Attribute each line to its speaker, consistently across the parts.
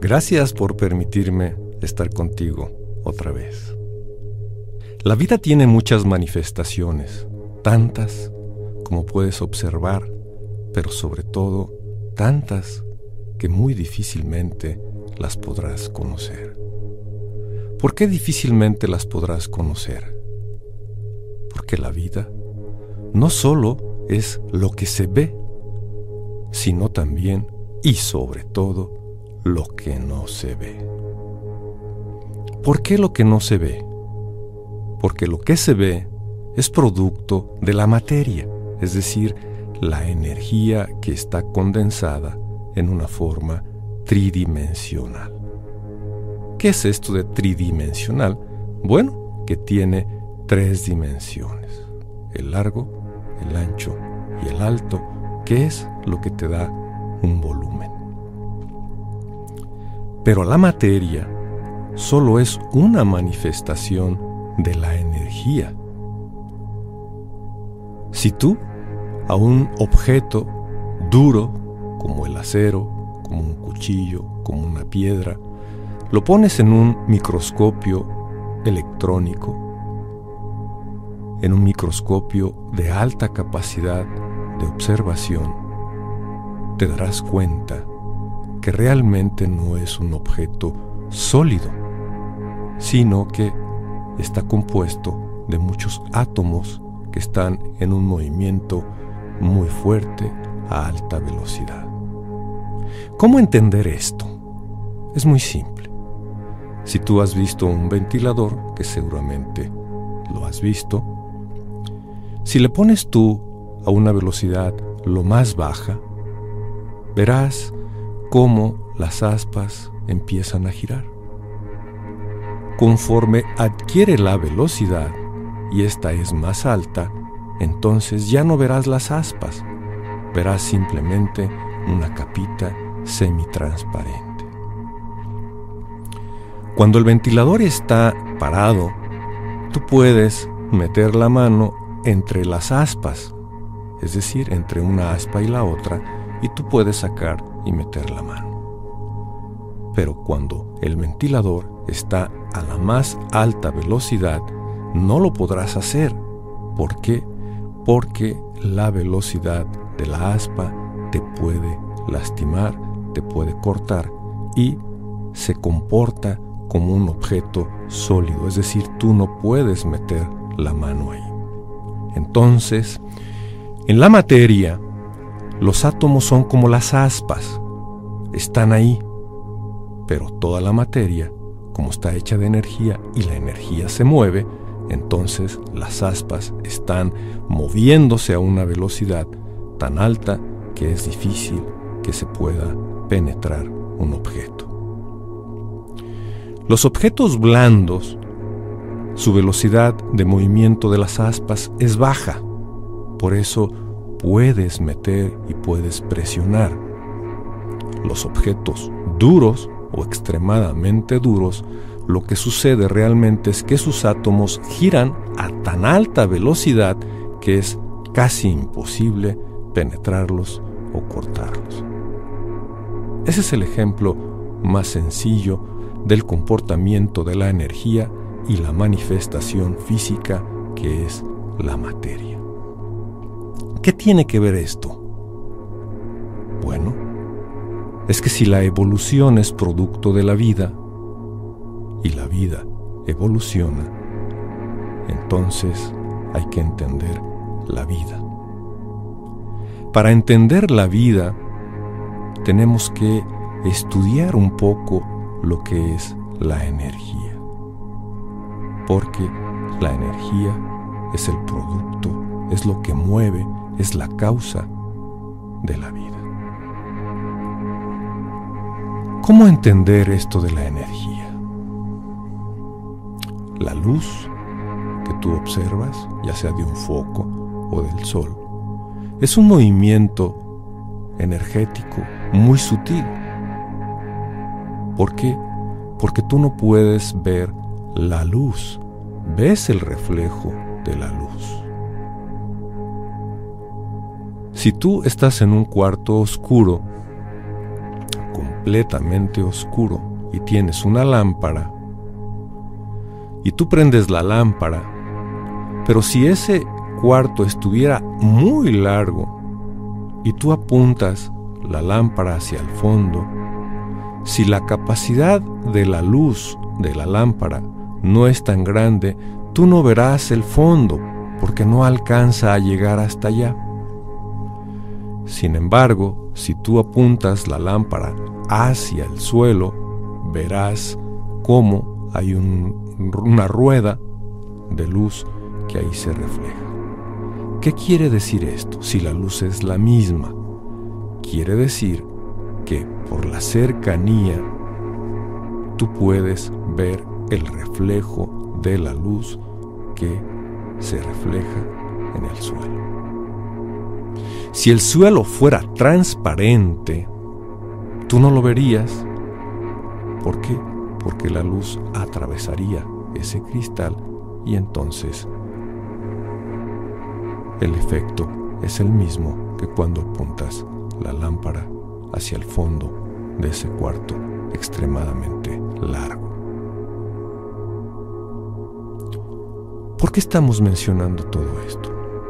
Speaker 1: Gracias por permitirme estar contigo otra vez. La vida tiene muchas manifestaciones, tantas como puedes observar, pero sobre todo tantas que muy difícilmente las podrás conocer. ¿Por qué difícilmente las podrás conocer? Porque la vida no solo es lo que se ve, sino también y sobre todo lo que no se ve. ¿Por qué lo que no se ve? Porque lo que se ve es producto de la materia, es decir, la energía que está condensada en una forma tridimensional. ¿Qué es esto de tridimensional? Bueno, que tiene 3 dimensiones: el largo, el ancho y el alto, que es lo que te da un volumen. Pero la materia solo es una manifestación de la energía. Si tú a un objeto duro, como el acero, como un cuchillo, como una piedra, lo pones en un microscopio electrónico, en un microscopio de alta capacidad de observación, te darás cuenta que realmente no es un objeto sólido, sino que está compuesto de muchos átomos que están en un movimiento muy fuerte a alta velocidad. ¿Cómo entender esto? Es muy simple. Si tú has visto un ventilador, que seguramente lo has visto, si le pones tú a una velocidad lo más baja, verás cómo las aspas empiezan a girar. Conforme adquiere la velocidad y esta es más alta, entonces ya no verás las aspas, verás simplemente una capita semitransparente. Cuando el ventilador está parado, tú puedes meter la mano entre las aspas, es decir, entre una aspa y la otra, y tú puedes sacar y meter la mano. Pero cuando el ventilador está a la más alta velocidad, no lo podrás hacer. ¿Por qué? Porque la velocidad de la aspa te puede lastimar, te puede cortar y se comporta como un objeto sólido, es decir, tú no puedes meter la mano ahí. Entonces, en la materia, los átomos son como las aspas, están ahí, pero toda la materia, como está hecha de energía y la energía se mueve, entonces las aspas están moviéndose a una velocidad tan alta que es difícil que se pueda penetrar un objeto. Los objetos blandos, su velocidad de movimiento de las aspas es baja, por eso puedes meter y puedes presionar. Los objetos duros o extremadamente duros, lo que sucede realmente es que sus átomos giran a tan alta velocidad que es casi imposible penetrarlos o cortarlos. Ese es el ejemplo más sencillo del comportamiento de la energía y la manifestación física que es la materia. ¿Qué tiene que ver esto? Bueno, es que si la evolución es producto de la vida y la vida evoluciona, entonces hay que entender la vida. Para entender la vida, tenemos que estudiar un poco lo que es la energía, porque la energía es el producto, es lo que mueve, es la causa de la vida. ¿Cómo entender esto de la energía? La luz que tú observas, ya sea de un foco o del sol, es un movimiento energético muy sutil. ¿Por qué? Porque tú no puedes ver la luz, ves el reflejo de la luz. Si tú estás en un cuarto oscuro, con completamente oscuro y tienes una lámpara, y tú prendes la lámpara, pero si ese cuarto estuviera muy largo y tú apuntas la lámpara hacia el fondo, si la capacidad de la luz de la lámpara no es tan grande, tú no verás el fondo porque no alcanza a llegar hasta allá. Sin embargo, si tú apuntas la lámpara hacia el suelo, verás cómo hay una rueda de luz que ahí se refleja. ¿Qué quiere decir esto? Si la luz es la misma, quiere decir que por la cercanía tú puedes ver el reflejo de la luz que se refleja en el suelo. Si el suelo fuera transparente, tú no lo verías. ¿Por qué? Porque la luz atravesaría ese cristal y entonces el efecto es el mismo que cuando apuntas la lámpara hacia el fondo de ese cuarto extremadamente largo. ¿Por qué estamos mencionando todo esto?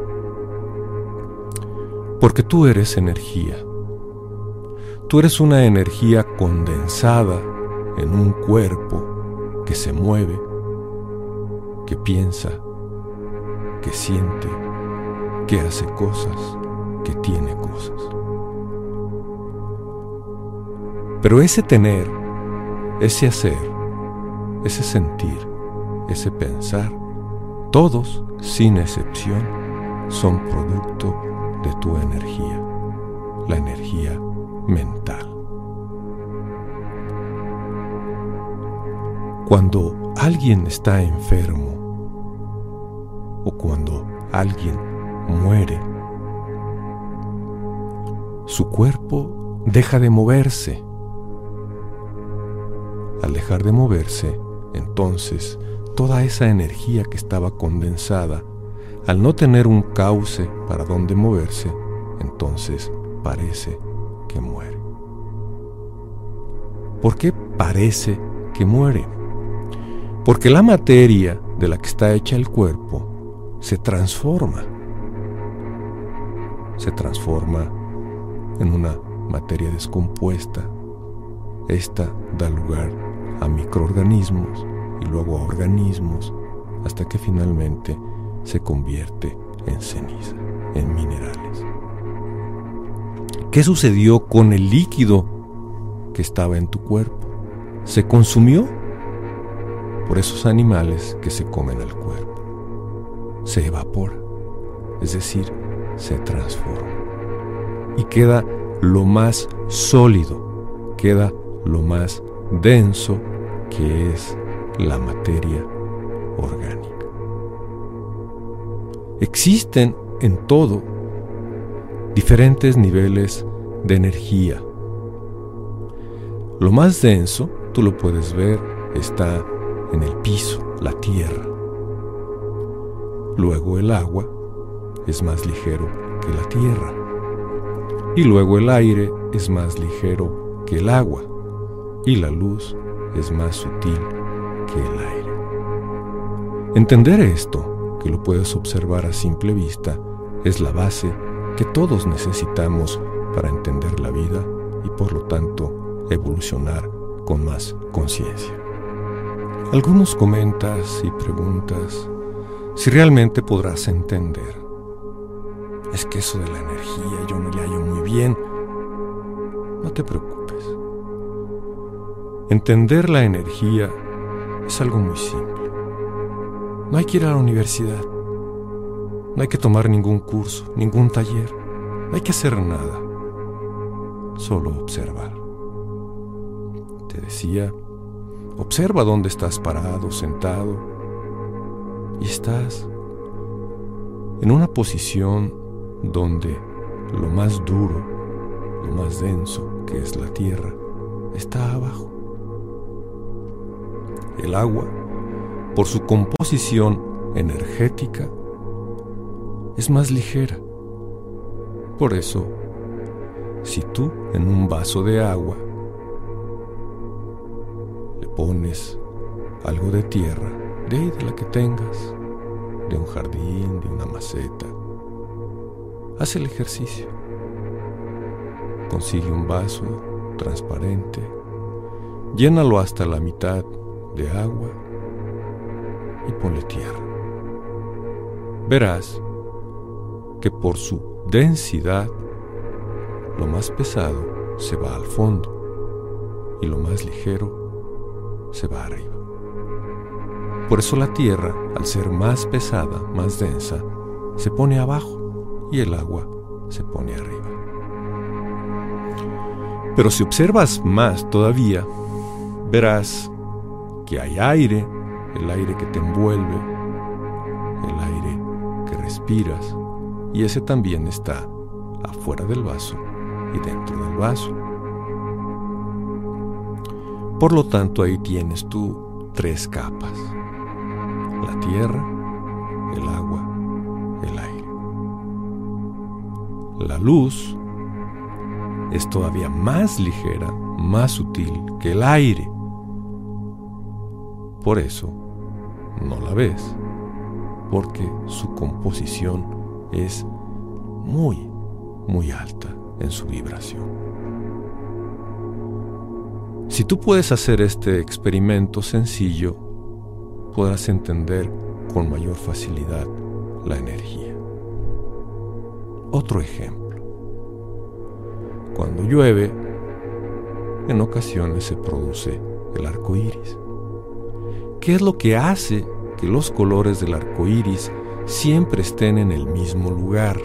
Speaker 1: Porque tú eres energía. Tú eres una energía condensada en un cuerpo que se mueve, que piensa, que siente, que hace cosas, que tiene cosas. Pero ese tener, ese hacer, ese sentir, ese pensar, todos, sin excepción, son producto de tu energía, la energía mental. Cuando alguien está enfermo o cuando alguien muere, su cuerpo deja de moverse. Al dejar de moverse, entonces, toda esa energía que estaba condensada, al no tener un cauce para donde moverse, entonces parece que muere. ¿Por qué parece que muere? Porque la materia de la que está hecha el cuerpo se transforma. Se transforma en una materia descompuesta. Esta da lugar a microorganismos y luego a organismos hasta que finalmente se convierte en ceniza, en minerales. ¿Qué sucedió con el líquido que estaba en tu cuerpo? Se consumió por esos animales que se comen al cuerpo. Se evapora, es decir, se transforma. Y queda lo más sólido, queda lo más denso, que es la materia orgánica. Existen en todo diferentes niveles de energía. Lo más denso, tú lo puedes ver, está en el piso, la tierra. Luego el agua es más ligero que la tierra. Y luego el aire es más ligero que el agua. Y la luz es más sutil que el aire. Entender esto, que lo puedes observar a simple vista, es la base que todos necesitamos para entender la vida y por lo tanto evolucionar con más conciencia. Algunos comentas y preguntas si realmente podrás entender. Es que eso de la energía yo no le hallo muy bien. No te preocupes. Entender la energía es algo muy simple. No hay que ir a la universidad. No hay que tomar ningún curso, ningún taller. No hay que hacer nada. Solo observar. Te decía, observa dónde estás parado, sentado. Y estás en una posición donde lo más duro, lo más denso, que es la tierra, está abajo. El agua, por su composición energética, es más ligera. Por eso, si tú en un vaso de agua pones algo de tierra, de ahí, de la que tengas, de un jardín, de una maceta. Haz el ejercicio. Consigue un vaso transparente, llénalo hasta la mitad de agua y ponle tierra. Verás que por su densidad, lo más pesado se va al fondo y lo más ligero se va arriba. Por eso la tierra, al ser más pesada, más densa, se pone abajo y el agua se pone arriba. Pero si observas más todavía, verás que hay aire, el aire que te envuelve, el aire que respiras, y ese también está afuera del vaso y dentro del vaso. Por lo tanto, ahí tienes tú 3 capas: la tierra, el agua, el aire. La luz es todavía más ligera, más sutil que el aire. Por eso no la ves, porque su composición es muy, muy alta en su vibración. Si tú puedes hacer este experimento sencillo, podrás entender con mayor facilidad la energía. Otro ejemplo. Cuando llueve, en ocasiones se produce el arco iris. ¿Qué es lo que hace que los colores del arco iris siempre estén en el mismo lugar?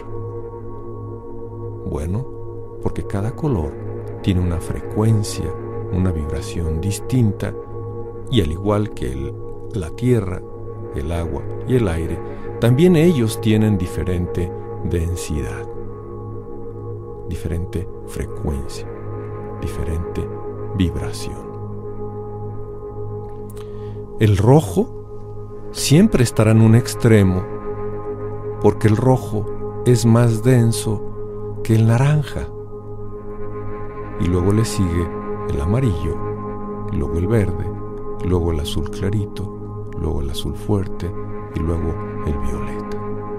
Speaker 1: Bueno, porque cada color tiene una frecuencia, una vibración distinta, y al igual que la tierra, el agua y el aire, también ellos tienen diferente densidad, diferente frecuencia, diferente vibración. El rojo siempre estará en un extremo, porque el rojo es más denso que el naranja, y luego le sigue el amarillo, y luego el verde, luego el azul clarito, luego el azul fuerte y luego el violeta.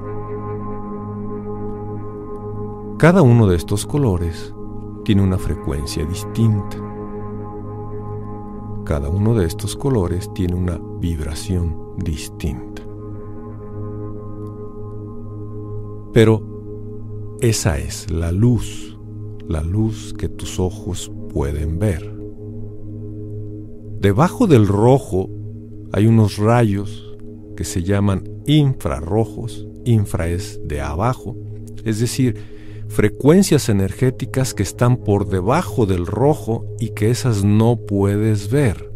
Speaker 1: Cada uno de estos colores tiene una frecuencia distinta. Cada uno de estos colores tiene una vibración distinta. Pero esa es la luz que tus ojos pueden ver. Debajo del rojo hay unos rayos que se llaman infrarrojos. Infra es de abajo, es decir, frecuencias energéticas que están por debajo del rojo y que esas no puedes ver.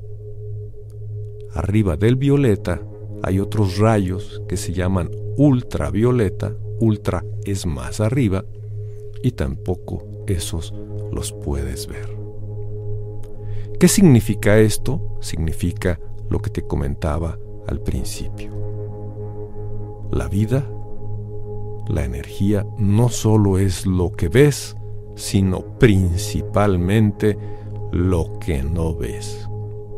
Speaker 1: Arriba del violeta hay otros rayos que se llaman ultravioleta. Ultra es más arriba y tampoco esos los puedes ver. ¿Qué significa esto? Significa lo que te comentaba al principio. La vida, la energía, no solo es lo que ves, sino principalmente lo que no ves.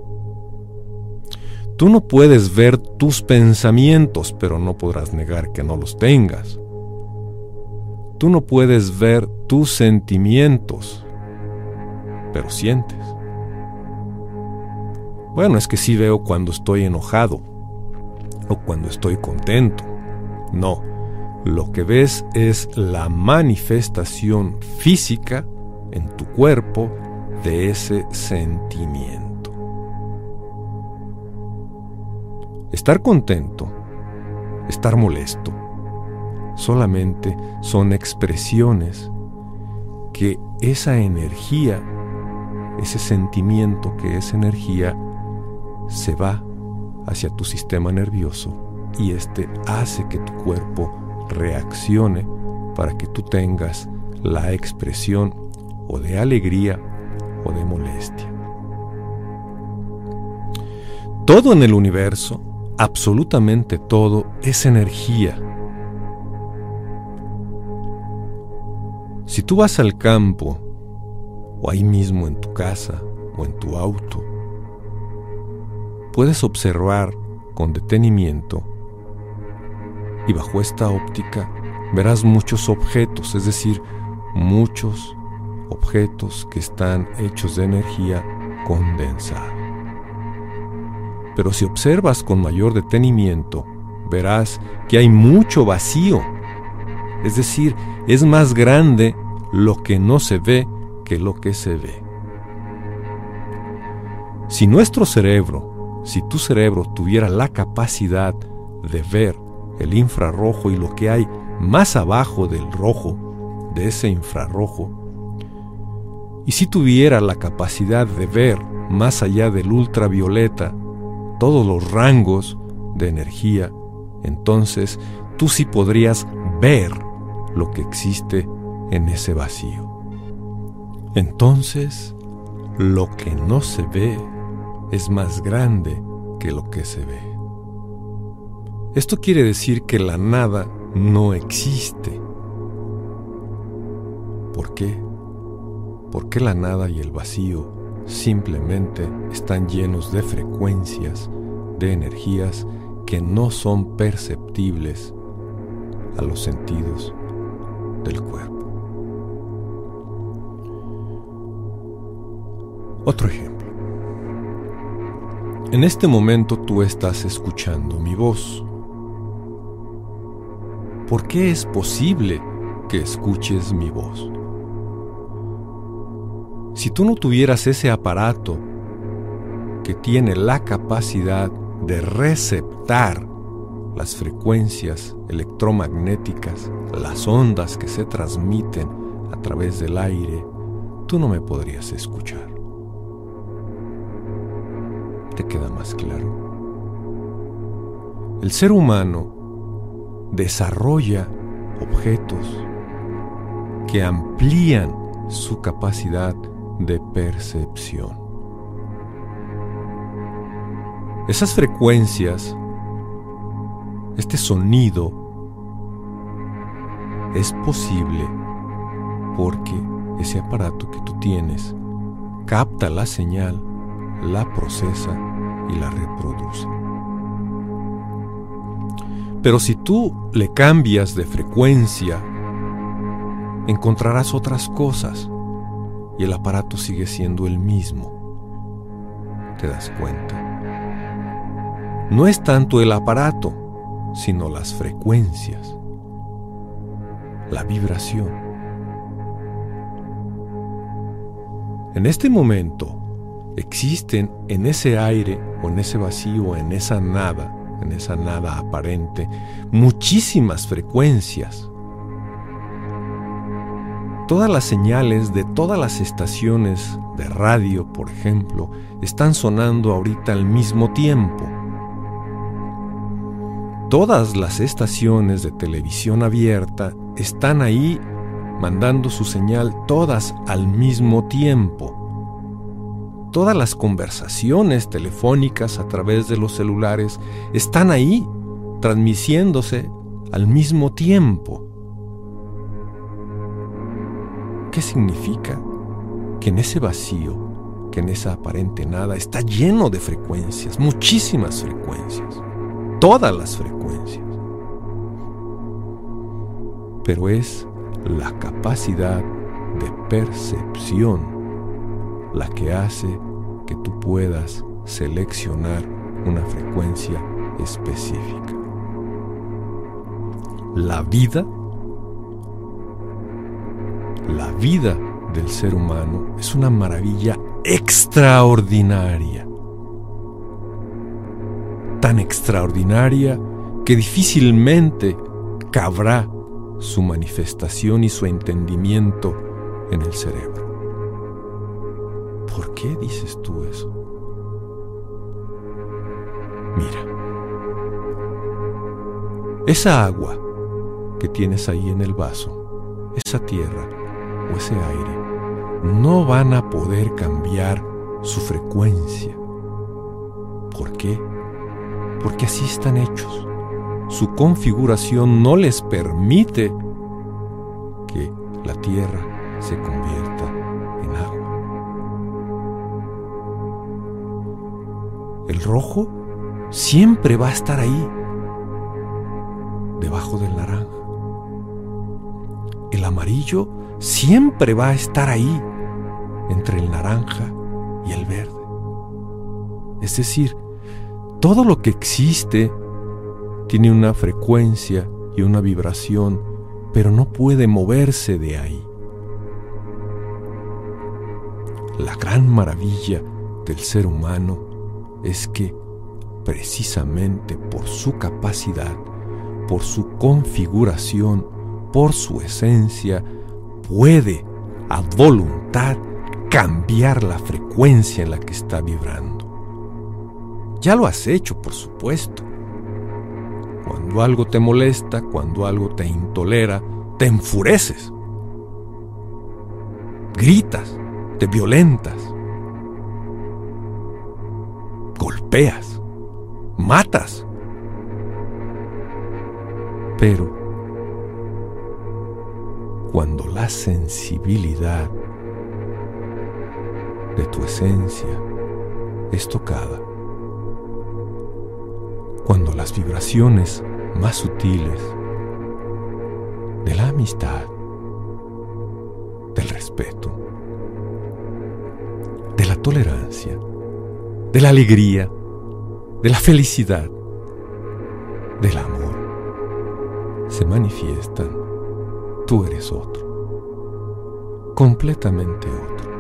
Speaker 1: Tú no puedes ver tus pensamientos, pero no podrás negar que no los tengas. Tú no puedes ver tus sentimientos, pero sientes. Bueno, es que sí veo cuando estoy enojado o cuando estoy contento. No, lo que ves es la manifestación física en tu cuerpo de ese sentimiento. Estar contento, estar molesto, solamente son expresiones que esa energía, ese sentimiento que es energía, se va hacia tu sistema nervioso y este hace que tu cuerpo reaccione para que tú tengas la expresión o de alegría o de molestia. Todo en el universo, absolutamente todo, es energía. Si tú vas al campo, o ahí mismo en tu casa, o en tu auto, puedes observar con detenimiento y bajo esta óptica verás muchos objetos, es decir, muchos objetos que están hechos de energía condensada. Pero si observas con mayor detenimiento, verás que hay mucho vacío, es decir, es más grande lo que no se ve que lo que se ve. Si nuestro cerebro, si tu cerebro tuviera la capacidad de ver el infrarrojo y lo que hay más abajo del rojo, de ese infrarrojo, y si tuviera la capacidad de ver más allá del ultravioleta todos los rangos de energía, entonces tú sí podrías ver lo que existe en ese vacío. Entonces, lo que no se ve es más grande que lo que se ve. Esto quiere decir que la nada no existe. ¿Por qué? Porque la nada y el vacío simplemente están llenos de frecuencias, de energías que no son perceptibles a los sentidos del cuerpo. Otro ejemplo. En este momento tú estás escuchando mi voz. ¿Por qué es posible que escuches mi voz? Si tú no tuvieras ese aparato que tiene la capacidad de receptar las frecuencias electromagnéticas, las ondas que se transmiten a través del aire, tú no me podrías escuchar. ¿Te queda más claro? El ser humano desarrolla objetos que amplían su capacidad de percepción. Esas frecuencias, este sonido, es posible porque ese aparato que tú tienes capta la señal, la procesa y la reproduce. Pero si tú le cambias de frecuencia, encontrarás otras cosas y el aparato sigue siendo el mismo. ¿Te das cuenta? No es tanto el aparato, sino las frecuencias, la vibración. En este momento existen en ese aire o en ese vacío, en esa nada aparente, muchísimas frecuencias. Todas las señales de todas las estaciones de radio, por ejemplo, están sonando ahorita al mismo tiempo. Todas las estaciones de televisión abierta están ahí mandando su señal todas al mismo tiempo. Todas las conversaciones telefónicas a través de los celulares están ahí transmitiéndose al mismo tiempo. ¿Qué significa? Que en ese vacío, que en esa aparente nada, está lleno de frecuencias, muchísimas frecuencias, todas las frecuencias. Pero es la capacidad de percepción la que hace que tú puedas seleccionar una frecuencia específica. La vida del ser humano es una maravilla extraordinaria. Tan extraordinaria que difícilmente cabrá su manifestación y su entendimiento en el cerebro. ¿Por qué dices tú eso? Mira, esa agua que tienes ahí en el vaso, esa tierra o ese aire, no van a poder cambiar su frecuencia. ¿Por qué? Porque así están hechos. Su configuración no les permite que la tierra se convierta en agua. El El rojo siempre va a estar ahí, debajo del naranja. El amarillo siempre va a estar ahí, entre el naranja y el verde. Es decir, todo lo que existe tiene una frecuencia y una vibración, pero no puede moverse de ahí. La gran maravilla del ser humano es que precisamente por su capacidad, por su configuración, por su esencia, puede a voluntad cambiar la frecuencia en la que está vibrando. Ya lo has hecho, por supuesto. Cuando algo te molesta, cuando algo te intolera, te enfureces, gritas, te violentas, golpeas, matas. Pero cuando la sensibilidad de tu esencia es tocada, cuando las vibraciones más sutiles de la amistad, del respeto, de la tolerancia, de la alegría, de la felicidad, del amor, se manifiestan, tú eres otro, completamente otro.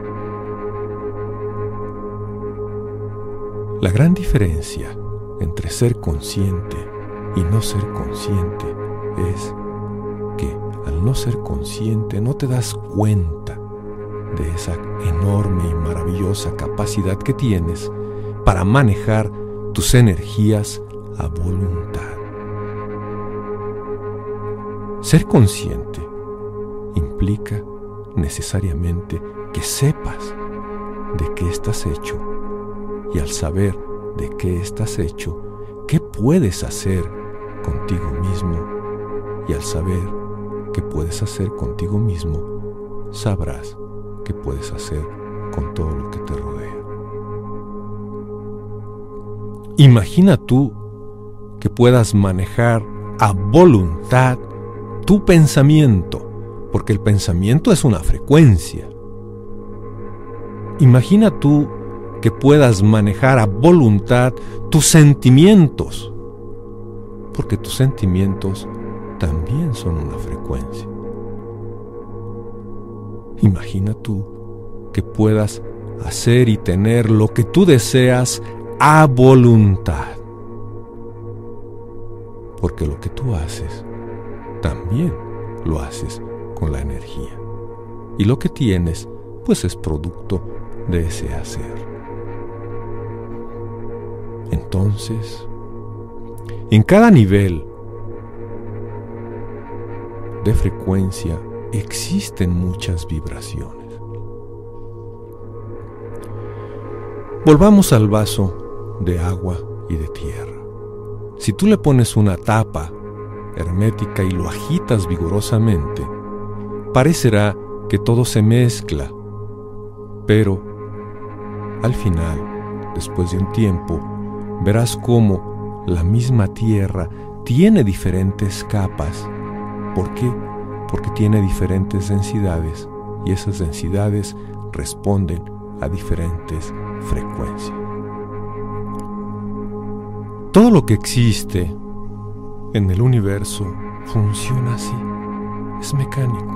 Speaker 1: La gran diferencia entre ser consciente y no ser consciente es que al no ser consciente no te das cuenta de esa enorme y maravillosa capacidad que tienes para manejar tus energías a voluntad. Ser consciente implica necesariamente que sepas de qué estás hecho, y al saber de qué estás hecho, qué puedes hacer contigo mismo, y al saber qué puedes hacer contigo mismo, sabrás qué puedes hacer con todo lo que te rodea. Imagina tú que puedas manejar a voluntad tu pensamiento, porque el pensamiento es una frecuencia. Imagina tú que puedas manejar a voluntad tus sentimientos, porque tus sentimientos también son una frecuencia. Imagina tú que puedas hacer y tener lo que tú deseas a voluntad, porque lo que tú haces también lo haces con la energía, y lo que tienes pues es producto de ese hacer. Entonces, en cada nivel de frecuencia existen muchas vibraciones. Volvamos al vaso de agua y de tierra. Si tú le pones una tapa hermética y lo agitas vigorosamente, parecerá que todo se mezcla, pero al final, después de un tiempo, verás cómo la misma tierra tiene diferentes capas. ¿Por qué? Porque tiene diferentes densidades, y esas densidades responden a diferentes frecuencias. Todo lo que existe en el universo funciona así, es mecánico.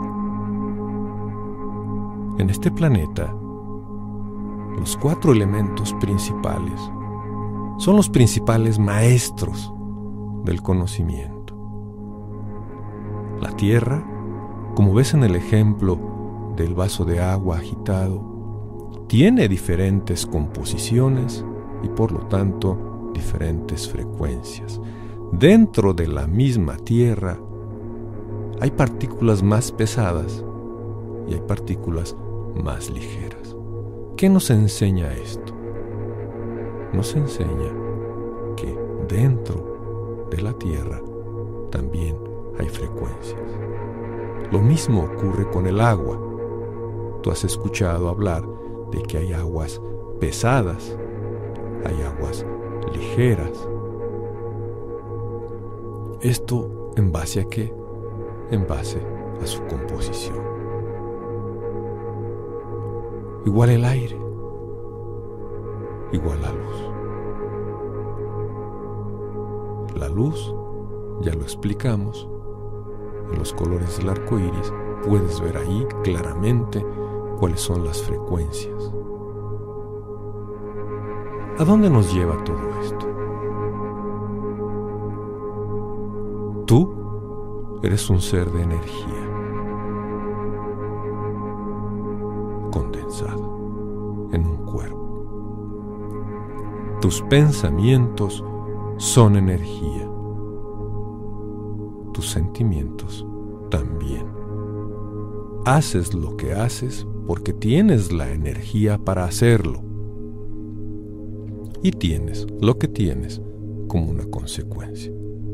Speaker 1: En este planeta, los 4 elementos principales son los principales maestros del conocimiento. La tierra, como ves en el ejemplo del vaso de agua agitado, tiene diferentes composiciones y por lo tanto diferentes frecuencias. Dentro de la misma tierra hay partículas más pesadas y hay partículas más ligeras. ¿Qué nos enseña esto? Nos enseña que dentro de la tierra también hay frecuencias. Lo mismo ocurre con el agua. Tú has escuchado hablar de que hay aguas pesadas, hay aguas ligeras. ¿Esto en base a qué? En base a su composición. Igual el aire, igual la luz. La luz, ya lo explicamos, en los colores del arco iris puedes ver ahí claramente cuáles son las frecuencias. ¿A dónde nos lleva todo esto? Tú eres un ser de energía condensado en un cuerpo. Tus pensamientos son energía. Tus sentimientos también. Haces lo que haces porque tienes la energía para hacerlo. Y tienes lo que tienes como una consecuencia.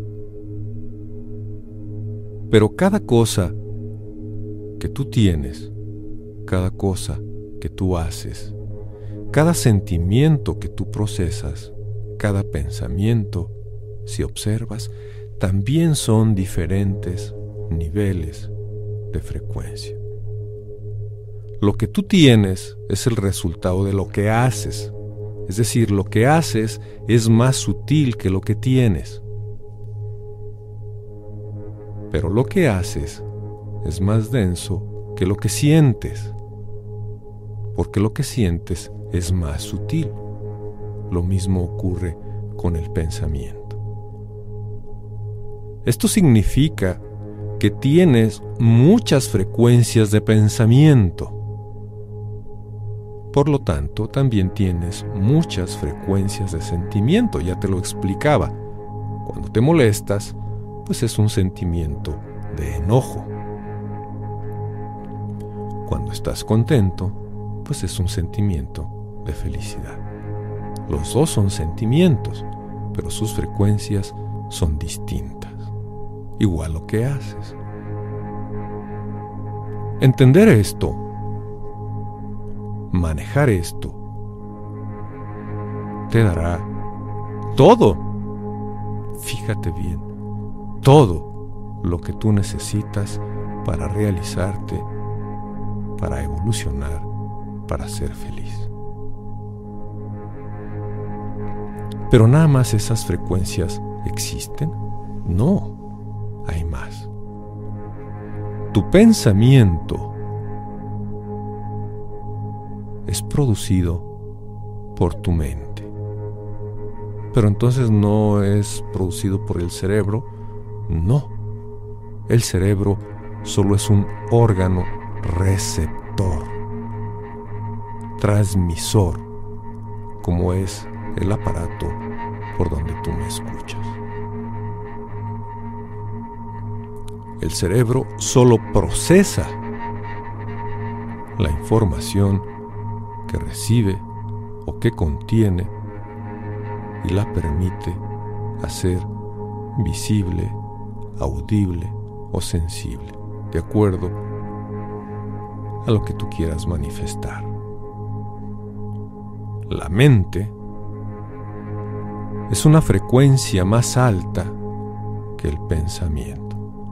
Speaker 1: Pero cada cosa que tú tienes, cada cosa que tú haces, cada sentimiento que tú procesas, cada pensamiento, si observas, también son diferentes niveles de frecuencia. Lo que tú tienes es el resultado de lo que haces. Es decir, lo que haces es más sutil que lo que tienes. Pero lo que haces es más denso que lo que sientes. Porque lo que sientes es más sutil. Lo mismo ocurre con el pensamiento. Esto significa que tienes muchas frecuencias de pensamiento. Por lo tanto, también tienes muchas frecuencias de sentimiento, ya te lo explicaba. Cuando te molestas, pues es un sentimiento de enojo. Cuando estás contento, pues es un sentimiento de felicidad. Los dos son sentimientos, pero sus frecuencias son distintas. Igual lo que haces. Entender esto, manejar esto, te dará todo, fíjate bien, todo lo que tú necesitas para realizarte, para evolucionar, para ser feliz. Pero nada más esas frecuencias existen. No, hay más. Tu pensamiento es producido por tu mente. Pero entonces no es producido por el cerebro. No. El cerebro solo es un órgano receptor, transmisor, como es el aparato por donde tú me escuchas. El cerebro solo procesa la información que recibe o que contiene y la permite hacer visible, audible o sensible, de acuerdo a lo que tú quieras manifestar. La mente es una frecuencia más alta que el pensamiento.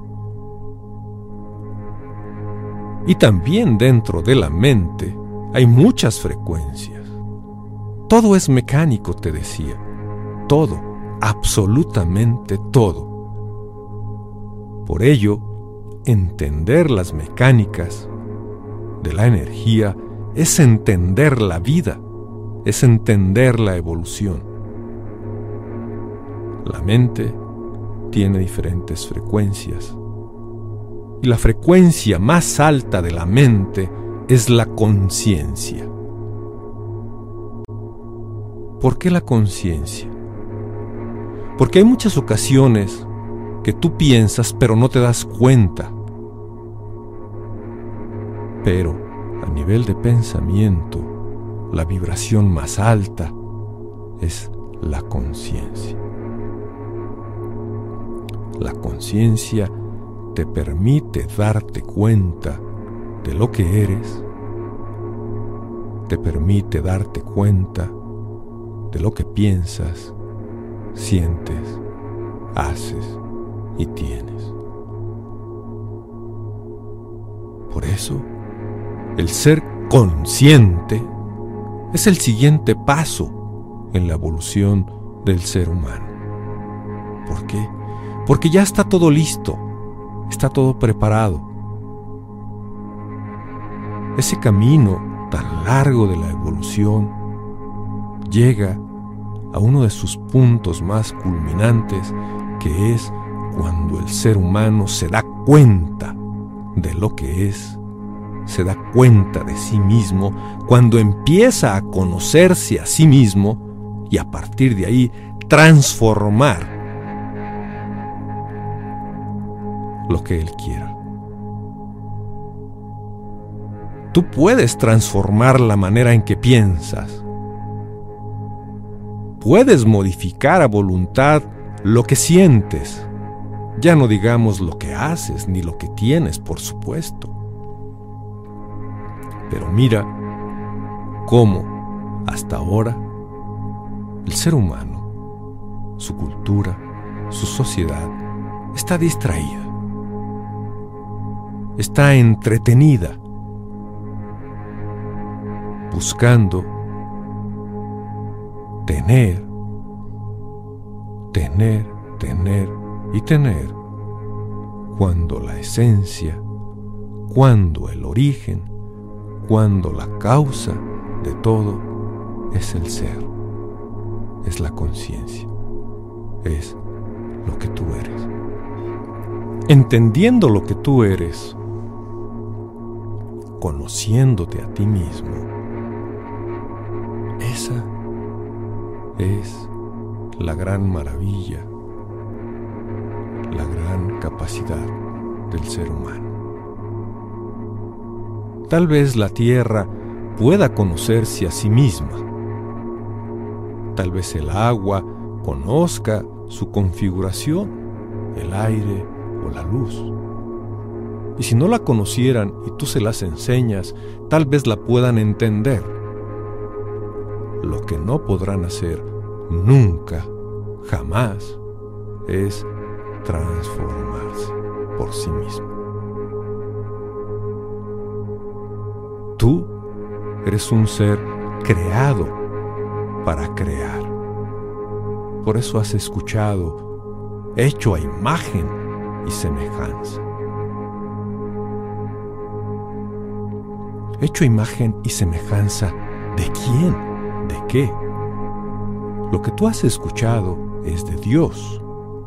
Speaker 1: Y también dentro de la mente hay muchas frecuencias. Todo es mecánico, te decía. Todo, absolutamente todo. Por ello, entender las mecánicas de la energía es entender la vida, es entender la evolución. La mente tiene diferentes frecuencias. Y la frecuencia más alta de la mente es la conciencia. ¿Por qué la conciencia? Porque hay muchas ocasiones que tú piensas pero no te das cuenta. Pero a nivel de pensamiento, la vibración más alta es la conciencia. La conciencia te permite darte cuenta de lo que eres, te permite darte cuenta de lo que piensas, sientes, haces y tienes. Por eso, el ser consciente es el siguiente paso en la evolución del ser humano. ¿Por qué? Porque ya está todo listo, está todo preparado. Ese camino tan largo de la evolución llega a uno de sus puntos más culminantes, que es cuando el ser humano se da cuenta de lo que es, se da cuenta de sí mismo, cuando empieza a conocerse a sí mismo y a partir de ahí transformar lo que él quiera. Tú puedes transformar la manera en que piensas. Puedes modificar a voluntad lo que sientes. Ya no digamos lo que haces ni lo que tienes, por supuesto. Pero mira cómo, hasta ahora, el ser humano, su cultura, su sociedad, está distraída. Está entretenida, buscando tener y tener, cuando la esencia, cuando el origen, cuando la causa de todo es el ser, es la conciencia, es lo que tú eres. Entendiendo lo que tú eres, conociéndote a ti mismo, esa es la gran maravilla, la gran capacidad del ser humano. Tal vez la Tierra pueda conocerse a sí misma. Tal vez el agua conozca su configuración, el aire o la luz. Y si no la conocieran y tú se las enseñas, tal vez la puedan entender. Lo que no podrán hacer nunca, jamás, es transformarse por sí mismo. Tú eres un ser creado para crear. Por eso has escuchado, hecho a imagen y semejanza. ¿Hecho a imagen y semejanza de quién? ¿De qué? Lo que tú has escuchado es de Dios.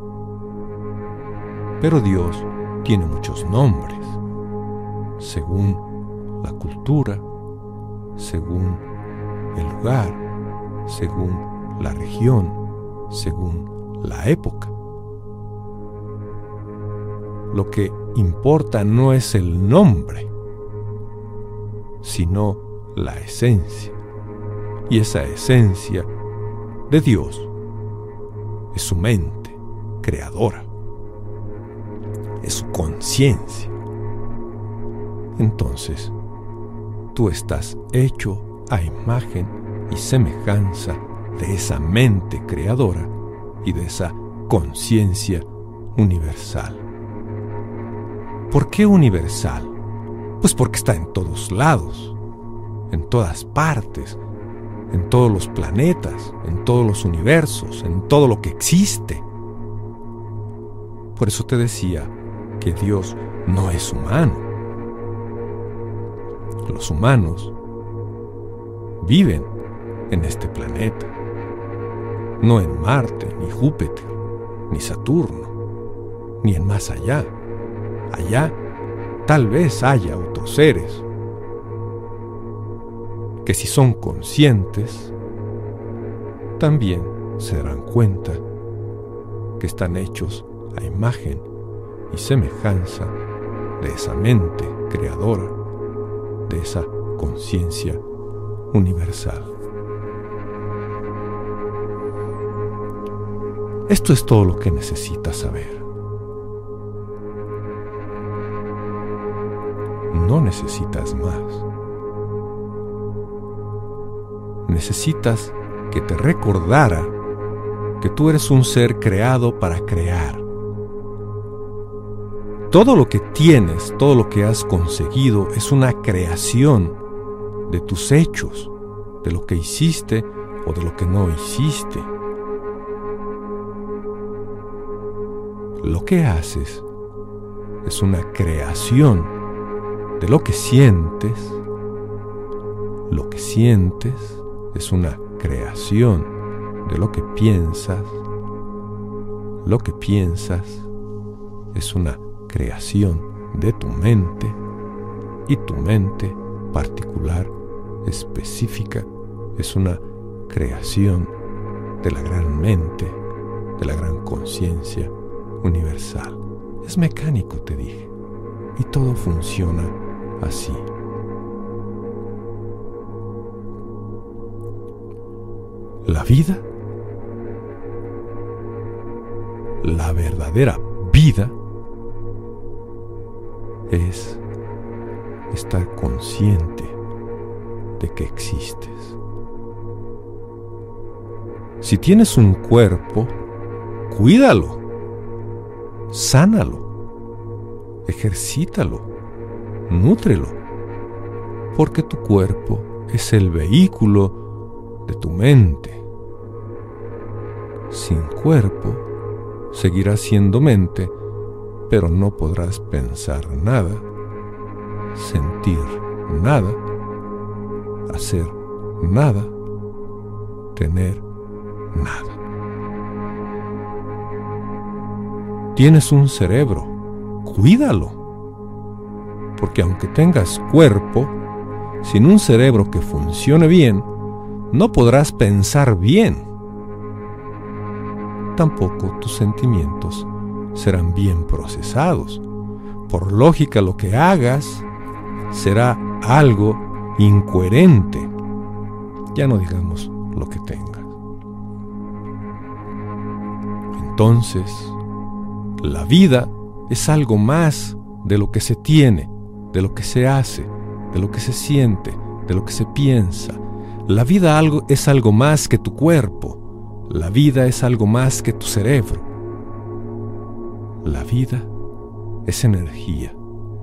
Speaker 1: Pero Dios tiene muchos nombres, según la cultura, según el lugar, según la región, según la época. Lo que importa no es el nombre, sino la esencia. Y esa esencia de Dios es su mente creadora, es su conciencia. Entonces, tú estás hecho a imagen y semejanza de esa mente creadora y de esa conciencia universal. ¿Por qué universal? Pues porque está en todos lados, en todas partes, en todos los planetas, en todos los universos, en todo lo que existe. Por eso te decía que Dios no es humano. Los humanos viven en este planeta, no en Marte, ni Júpiter, ni Saturno, ni en más allá. Allá tal vez haya otros seres que, si son conscientes, también se darán cuenta que están hechos a imagen y semejanza de esa mente creadora, de esa conciencia universal. Esto es todo lo que necesitas saber. No necesitas más. Necesitas que te recordara que tú eres un ser creado para crear. Todo lo que tienes, todo lo que has conseguido es una creación de tus hechos, de lo que hiciste o de lo que no hiciste. Lo que haces es una creación de lo que sientes. Lo que sientes es una creación de lo que piensas. Lo que piensas es una creación de tu mente, y tu mente particular, específica, es una creación de la gran mente, de la gran conciencia universal. Es mecánico, te dije, y todo funciona así. La vida, la verdadera vida, es estar consciente de que existes. Si tienes un cuerpo, cuídalo, sánalo, ejercítalo, nútrelo, porque tu cuerpo es el vehículo de tu mente. Sin cuerpo, seguirás siendo mente, pero no podrás pensar nada, sentir nada, hacer nada, tener nada. Tienes un cerebro, cuídalo, porque aunque tengas cuerpo, sin un cerebro que funcione bien, no podrás pensar bien. Tampoco tus sentimientos serán bien procesados. Por lógica, lo que hagas será algo incoherente. Ya no digamos lo que tengas. Entonces, la vida es algo más de lo que se tiene, de lo que se hace, de lo que se siente, de lo que se piensa. La vida es algo más que tu cuerpo. La vida es algo más que tu cerebro. La vida es energía.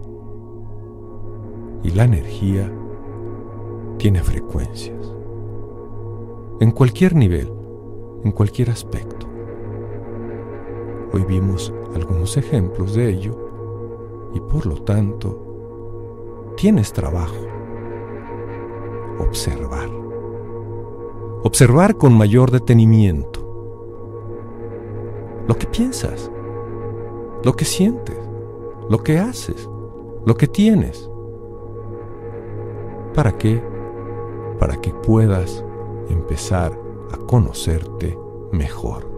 Speaker 1: Y la energía tiene frecuencias. En cualquier nivel, en cualquier aspecto. Hoy vimos algunos ejemplos de ello y por lo tanto tienes trabajo. Observar. Observar con mayor detenimiento lo que piensas, lo que sientes, lo que haces, lo que tienes. ¿Para qué? Para que puedas empezar a conocerte mejor.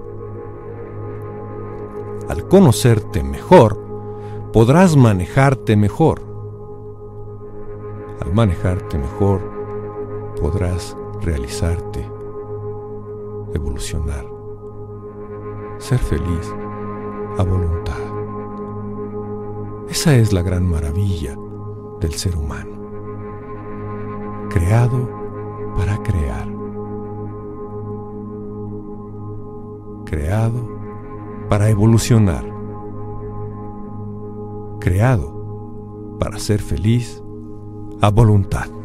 Speaker 1: Al conocerte mejor, podrás manejarte mejor. Al manejarte mejor, podrás realizarte, evolucionar, ser feliz a voluntad. Esa es la gran maravilla del ser humano, creado para crear, creado para evolucionar, creado para ser feliz a voluntad.